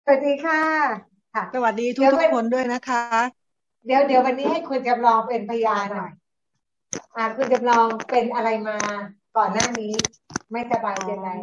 วัสดีค่ะค่ะสวัสดีทุเดี๋ยววันกทุกคนด้วยนะคะเดี๋ยววันนี้ให้คุณจำลองเป็นพยานหน่อยคุณจำลองเป็นอะไรมาก่อนหน้านี้ไม่สบายอ๋อเป็นไร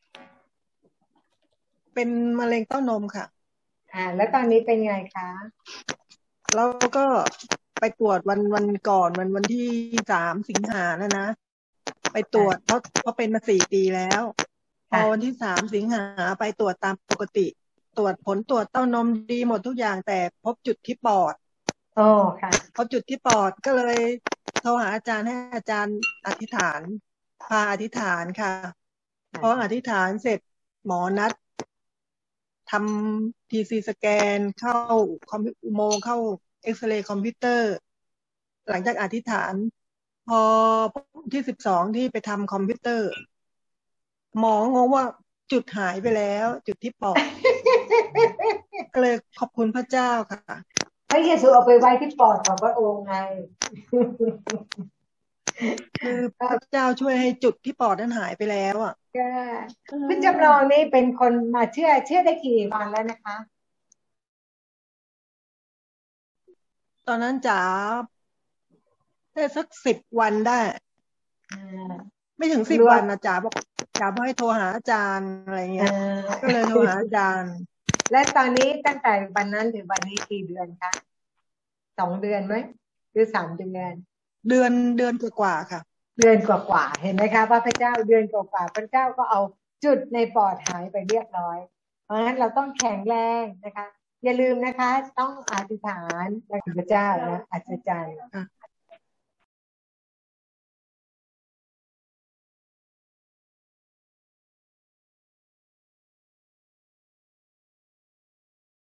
เป็นมะเร็งเต้านมค่ะแล้วตอนนี้เป็นไงคะแล้วก็ไปตรวจวันก่อนวันที่3 สิงหานะไปตรวจเพราะเป็นมา4 ปีแล้วพอวันค่ะที่3 สิงหาไปตรวจตามปกติตรวจผลตรวจเต้านมดีหมดทุกอย่างแต่พบจุดที่ปอดโอ้ค่ะพบจุดที่ปอดก็เลยโทรหาอาจารย์ให้อาจารย์อธิษฐานพาอธิษฐานค่ะพออธิษฐานเสร็จหมอนัด ทำทีซีสแกนเข้าอุโมงค์เข้าเอ็กซเรย์คอมพิวเตอร์หลังจากอธิษฐานพอที่12ที่ไปทำคอมพิวเตอร์หมองงว่าจุดหายไปแล้วจุดที่ปอดก็เลยขอบคุณพระเจ้าค่ะพระเยซูเอาไปไว้ที่ปอดของพระองค์ไงคือพระเจ้าช่วยให้จุดที่ปอดนั้นหายไปแล้วอ่ะก็อืคุณจำลองมนี่เป็นคนมาเชื่อได้กี่วันแล้วนะคะตอนนั้นจ๋าได้สัก10 วันได้อ่าไม่ถึงสิบรวมวันนะจ๋าบอกให้โทรหาอาจารย์อะไรอ่เงี้ยก็เลยโทรหาาอาจารย์และตอนนี้ตั้งแต่วันนั้นถึงวันนี้กี่เดือนคะ2 เดือนไหมหรือ3 เดือนเดือนกว่าๆค่ะเดือนกว่าๆเห็นไหมคะว่าพระเจ้าเดือนกว่าๆพระเจ้าก็เอาจุดในปอดหายไปเรียบร้อยเพราะฉะนั้นเราต้องแข็งแรงนะคะอย่าลืมนะคะต้องอธิษฐานกับพระเจ้านะอัศจรรย์